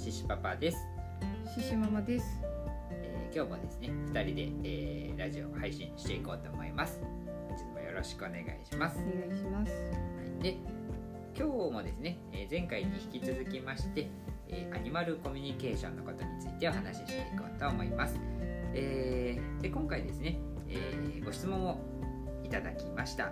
シシパパです。 シシママです。 今日もですね2人で、ラジオを配信していこうと思います。本日もよろしくお願いします。 お願いします。 はい、で今日もですね、前回に引き続きまして、アニマルコミュニケーションのことについてお話ししていこうと思います。で今回ですね、ご質問をいただきました。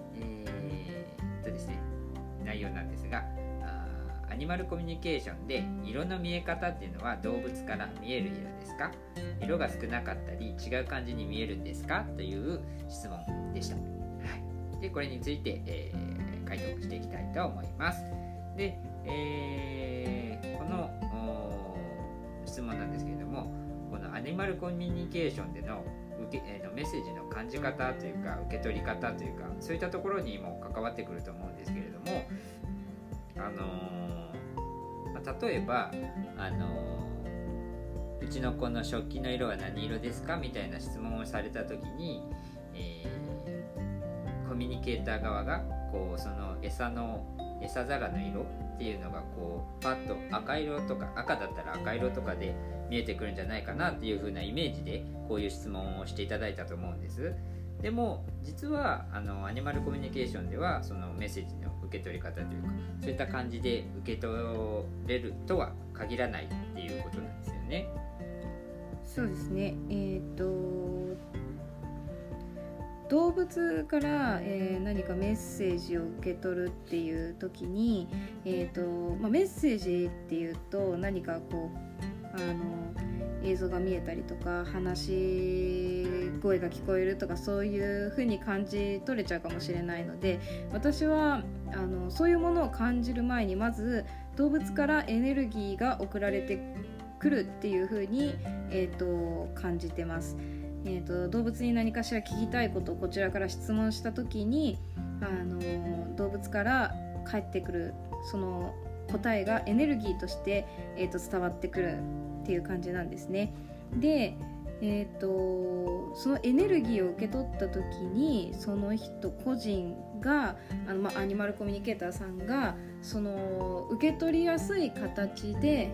ですね、内容なんですが、アニマルコミュニケーションで色の見え方っていうのは動物から見える色ですか？色が少なかったり違う感じに見えるんですか？という質問でした。はい、でこれについて、回答していきたいと思います。で、この質問なんですけれども、このアニマルコミュニケーションでのメッセージの感じ方というか受け取り方というか、そういったところにも関わってくると思うんですけれども、例えばうちの子の食器の色は何色ですかみたいな質問をされた時に、コミュニケーター側がこうその餌皿の色っていうのがこうパッと赤色とか、赤だったら赤色とかで見えてくるんじゃないかなっていう風なイメージでこういう質問をしていただいたと思うんです。でも実はアニマルコミュニケーションではそのメッセージの受け取り方というか、そういった感じで受け取れるとは限らないっていうことなんですよね。 そうですね。動物から、何かメッセージを受け取るっていう時に、メッセージっていうと何かこう映像が見えたりとか話し声が聞こえるとか、そういう風に感じ取れちゃうかもしれないので、私はそういうものを感じる前にまず動物からエネルギーが送られてくるっていう風に、感じてます。動物に何かしら聞きたいことをこちらから質問した時に動物から返ってくるその答えがエネルギーとして、伝わってくるっていう感じなんですね。で、そのエネルギーを受け取った時にその人個人がアニマルコミュニケーターさんがその受け取りやすい形で、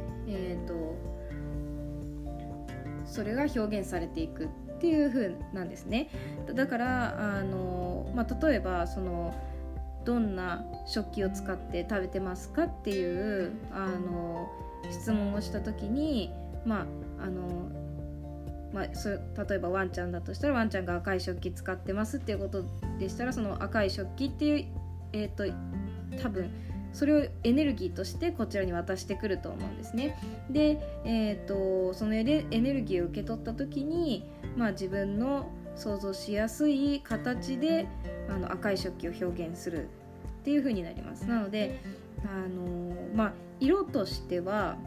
それが表現されていくっていう風なんですね。だから例えばどんな食器を使って食べてますかっていう質問をした時に、例えばワンちゃんだとしたらワンちゃんが赤い食器使ってますっていうことでしたら、その赤い食器っていう、多分それをエネルギーとしてこちらに渡してくると思うんですね。で、そのエネルギーを受け取った時に、自分の想像しやすい形で赤い食器を表現するっていう風になります。なので色としては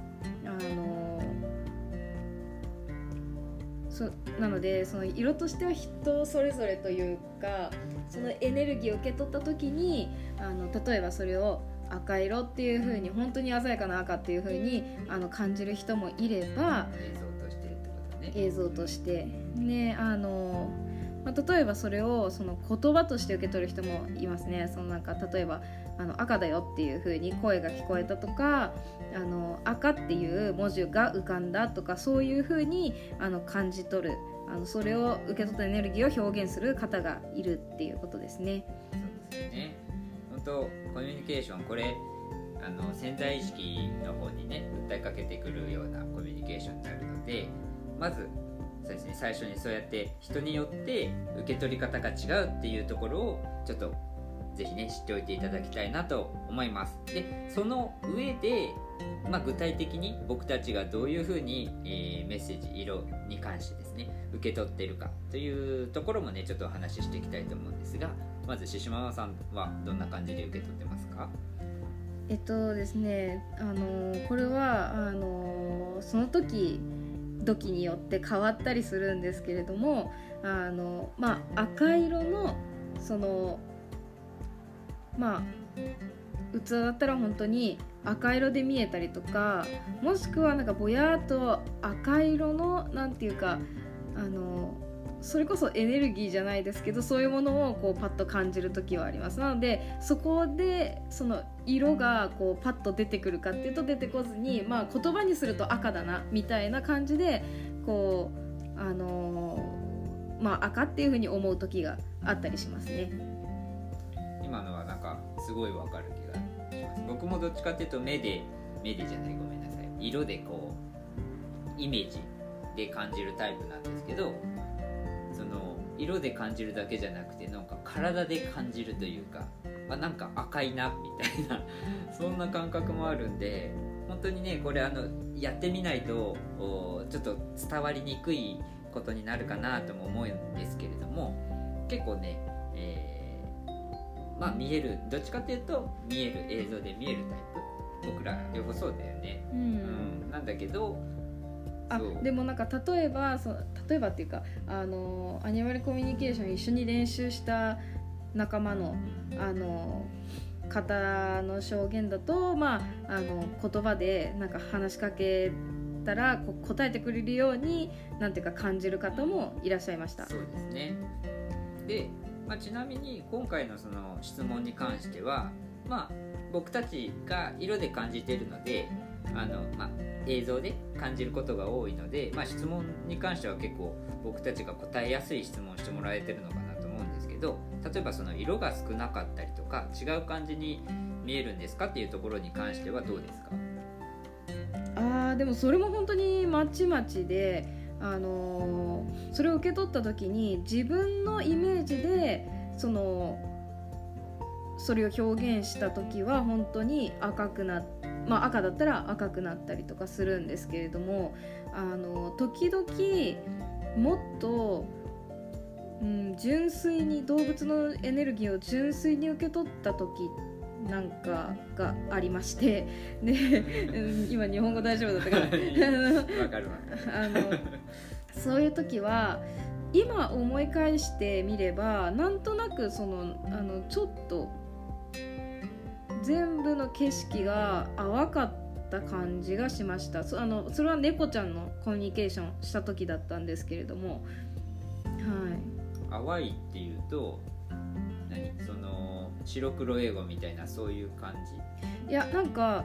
なのでその色としては人それぞれというか、そのエネルギーを受け取った時に例えばそれを赤色っていう風に本当に鮮やかな赤っていう風に感じる人もいれば、映像としてね、例えばそれをその言葉として受け取る人もいますね。例えば赤だよっていう風に声が聞こえたとか、赤っていう文字が浮かんだとか、そういう風に感じ取る、それを受け取ったエネルギーを表現する方がいるっていうことですね。 そうですね。本当コミュニケーション、これ潜在意識の方にね訴えかけてくるようなコミュニケーションになるので、まずそうですね、最初にそうやって人によって受け取り方が違うっていうところをちょっとぜひね知っておいていただきたいなと思います。でその上で、具体的に僕たちがどういうふうに、メッセージ色に関してですね受け取っているかというところもねちょっとお話ししていきたいと思うんですが、まずししままさんはどんな感じで受け取ってますか？ ですね、これはその時によって変わったりするんですけれども、赤色のその器だったら本当に赤色で見えたりとか、もしくはぼやっと赤色のなんていうかそれこそエネルギーじゃないですけど、そういうものをこうパッと感じる時はあります。なのでそこでその色がこうパッと出てくるかっていうと出てこずに、まあ、言葉にすると赤だなみたいな感じでこうまあ、赤っていう風に思う時があったりしますね。 今のはなんかすごいわかる気がします。僕もどっちかっていうと目でじゃない、ごめんなさい、色でこうイメージで感じるタイプなんですけど、その色で感じるだけじゃなくてなんか体で感じるというか、なんか赤いなみたいなそんな感覚もあるんで、本当にねこれやってみないとちょっと伝わりにくいことになるかなとも思うんですけれども、結構ね、まあ見える、どっちかというと見える、映像で見えるタイプ、僕ら両方そうだよね、なんだけど、 でもなんか例えばっていうかアニマルコミュニケーション一緒に練習した仲間の方の証言だと、まあ、言葉でなんか話しかけたら答えてくれるようになんていうか感じる方もいらっしゃいました。 そうですね。で、ちなみに今回のその質問に関しては、僕たちが色で感じているので映像で感じることが多いので、質問に関しては結構僕たちが答えやすい質問をしてもらえてるのかなと思うんですけど、例えばその色が少なかったりとか違う感じに見えるんですかっていうところに関してはどうですか？ でもそれも本当にまちまちで、それを受け取った時に自分のイメージでそれを表現した時は本当に赤だったら赤くなったりとかするんですけれども、時々もっと、純粋に動物のエネルギーを純粋に受け取った時なんかがありまして、で今日本語大丈夫だったかなわかるわそういう時は今思い返してみればなんとなくちょっと全部の景色が淡かった感じがしました。それは猫ちゃんのコミュニケーションした時だったんですけれども、 淡いっていうと白黒英語みたいなそういう感じ？いやなんか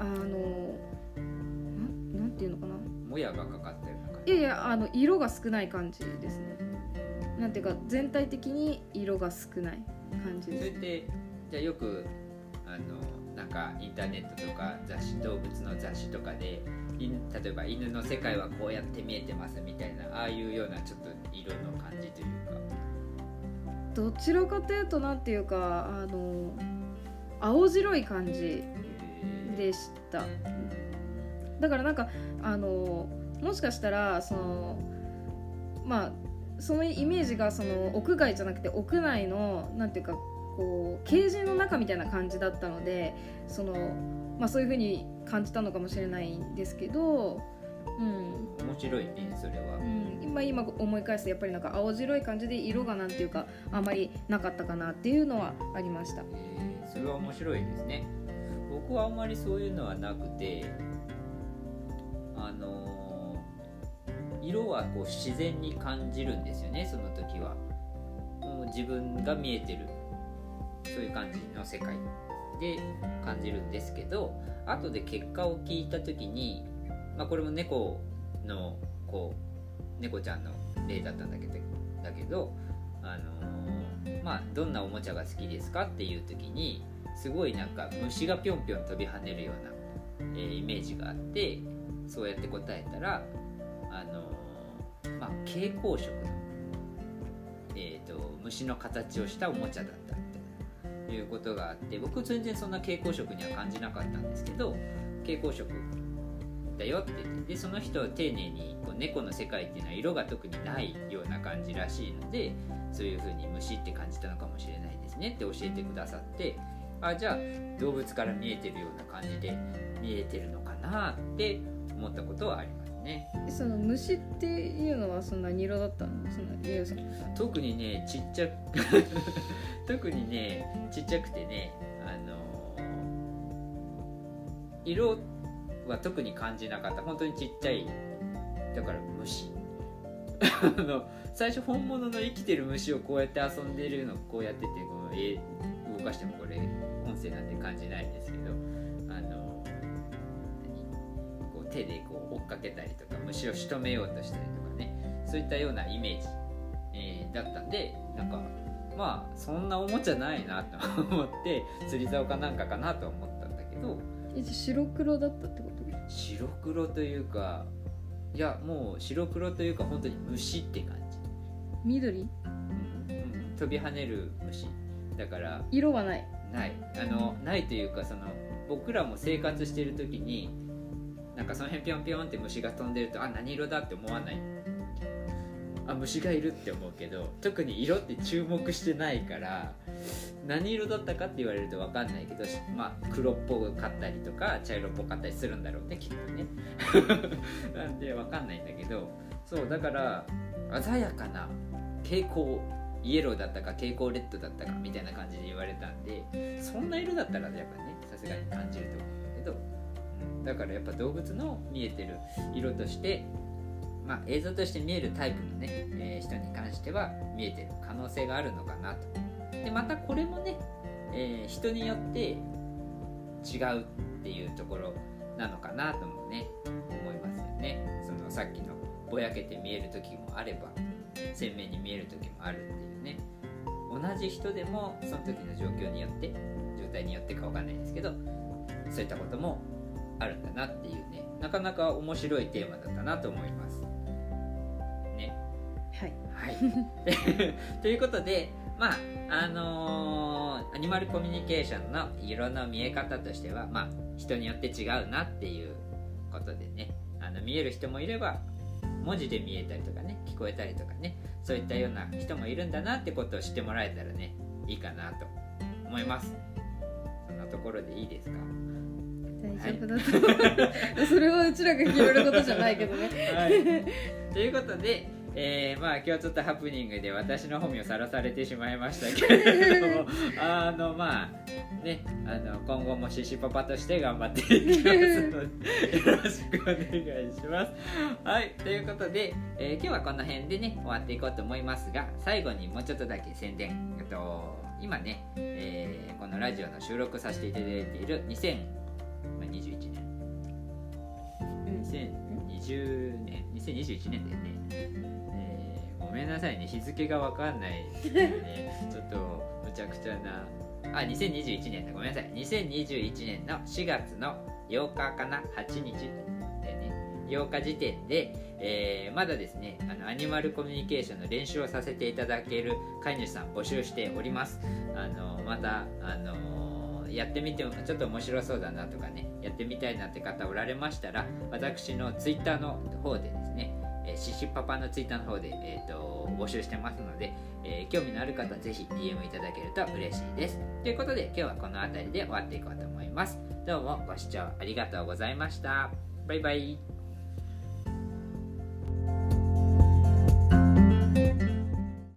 なんていうのかな、 もやがかかったような感じ。いや色が少ない感じですね。なんていうか全体的に色が少ない感じです。 それってじゃあよくなんかインターネットとか動物の雑誌とかで例えば犬の世界はこうやって見えてますみたいな、ああいうようなちょっと色の感じというか、 どちらかというとなんていうか青白い感じでした。だからなんかもしかしたらそのイメージが屋外じゃなくて屋内のなんていうかこうケージの中みたいな感じだったのでそういう風に感じたのかもしれないんですけど、 面白いねそれは。 今思い返すとやっぱりなんか青白い感じで色がなんていうかあまりなかったかなっていうのはありました。 それは面白いですね。僕はあんまりそういうのはなくて、色はこう自然に感じるんですよね。その時はもう自分が見えてるそういう感じの世界で感じるんですけど、後で結果を聞いた時に、これも猫ちゃんの例だったんだけど、どんなおもちゃが好きですかっていう時にすごいなんか虫がぴょんぴょん飛び跳ねるような、イメージがあって、そうやって答えたら蛍光色の、虫の形をしたおもちゃだったっていうことがあって、僕全然そんな蛍光色には感じなかったんですけど、蛍光色だよって言って、でその人は丁寧に猫の世界っていうのは色が特にないような感じらしいので、そういう風に虫って感じたのかもしれないですねって教えてくださって、じゃあ動物から見えてるような感じで見えてるのかなって思ったことはありますね。 その虫っていうのはそんなに色だったの？ 特にねちっちゃ特にねちっちゃくてね、色は特に感じなかった。本当にちっちゃい、だから虫最初本物の生きてる虫をこうやって遊んでるのをこうやってて動かしてもこれ音声なんて感じないんですけど、こう手でこう追っかけたりとか虫を仕留めようとしたりとかね、そういったようなイメージ、だったんで、なんかまあそんなおもちゃないなと思って釣り竿かなんかかなと思ったんだけど、 白黒だったってこと？ 白黒というか、いやもう白黒というか本当に虫って感じ。 緑？ 飛び跳ねる虫だから。 色はない？ ないというか、その僕らも生活してる時になんかその辺ピョンピョンって虫が飛んでると、あ、何色だって思わない？あ、虫がいるって思うけど、特に色って注目してないから何色だったかって言われると分かんないけど、まあ黒っぽかったりとか茶色っぽかったりするんだろうね、きっとねなんで分かんないんだけど、そうだから鮮やかな蛍光イエローだったか蛍光レッドだったかみたいな感じで言われたんで、そんな色だったらやっぱねさすがに感じると思うんだけど、だからやっぱ動物の見えてる色として、まあ、映像として見えるタイプのね、人に関しては見えてる可能性があるのかなと。でまたこれもね、人によって違うっていうところなのかなともね思いますよね。そのさっきのぼやけて見える時もあれば鮮明に見える時もあるっていうね、同じ人でもその時の状況によって状態によってかわかんないですけど、そういったこともあるんだなっていうね、なかなか面白いテーマだったなと思いますね。 はい、 はい、ということで、まあアニマルコミュニケーションの色の見え方としては、まあ、人によって違うなっていうことでね、見える人もいれば文字で見えたりとかね、聞こえたりとかね、そういったような人もいるんだなってことを知ってもらえたらねいいかなと思います。そんなところでいいですか？ 大丈夫だと思う、はい、それはうちらが決めることじゃないけどね、 はい、ということで、まあ今日ちょっとハプニングで私の本名さらされてしまいましたけれどもまあね、今後もシシパパとして頑張っていきますのでよろしくお願いします。はい、ということで、今日はこの辺でね終わっていこうと思いますが、最後にもうちょっとだけ宣伝。今ね、このラジオの収録させていただいている2021年2021年だよね。ごめんなさいね、日付が分かんないですねちょっとむちゃくちゃな2021年だ、ごめんなさい、2021年の4月の8日かな、8日だよね、8日時点で、まだですねアニマルコミュニケーションの練習をさせていただける飼い主さん募集しております。またやってみてもちょっと面白そうだなとかね、やってみたいなって方おられましたら、私のツイッターの方でですね、シシパパのツイッターの方で、募集してますので、興味のある方ぜひ DM いただけると嬉しいです。ということで今日はこの辺りで終わっていこうと思います。どうもご視聴ありがとうございました。バイバイ。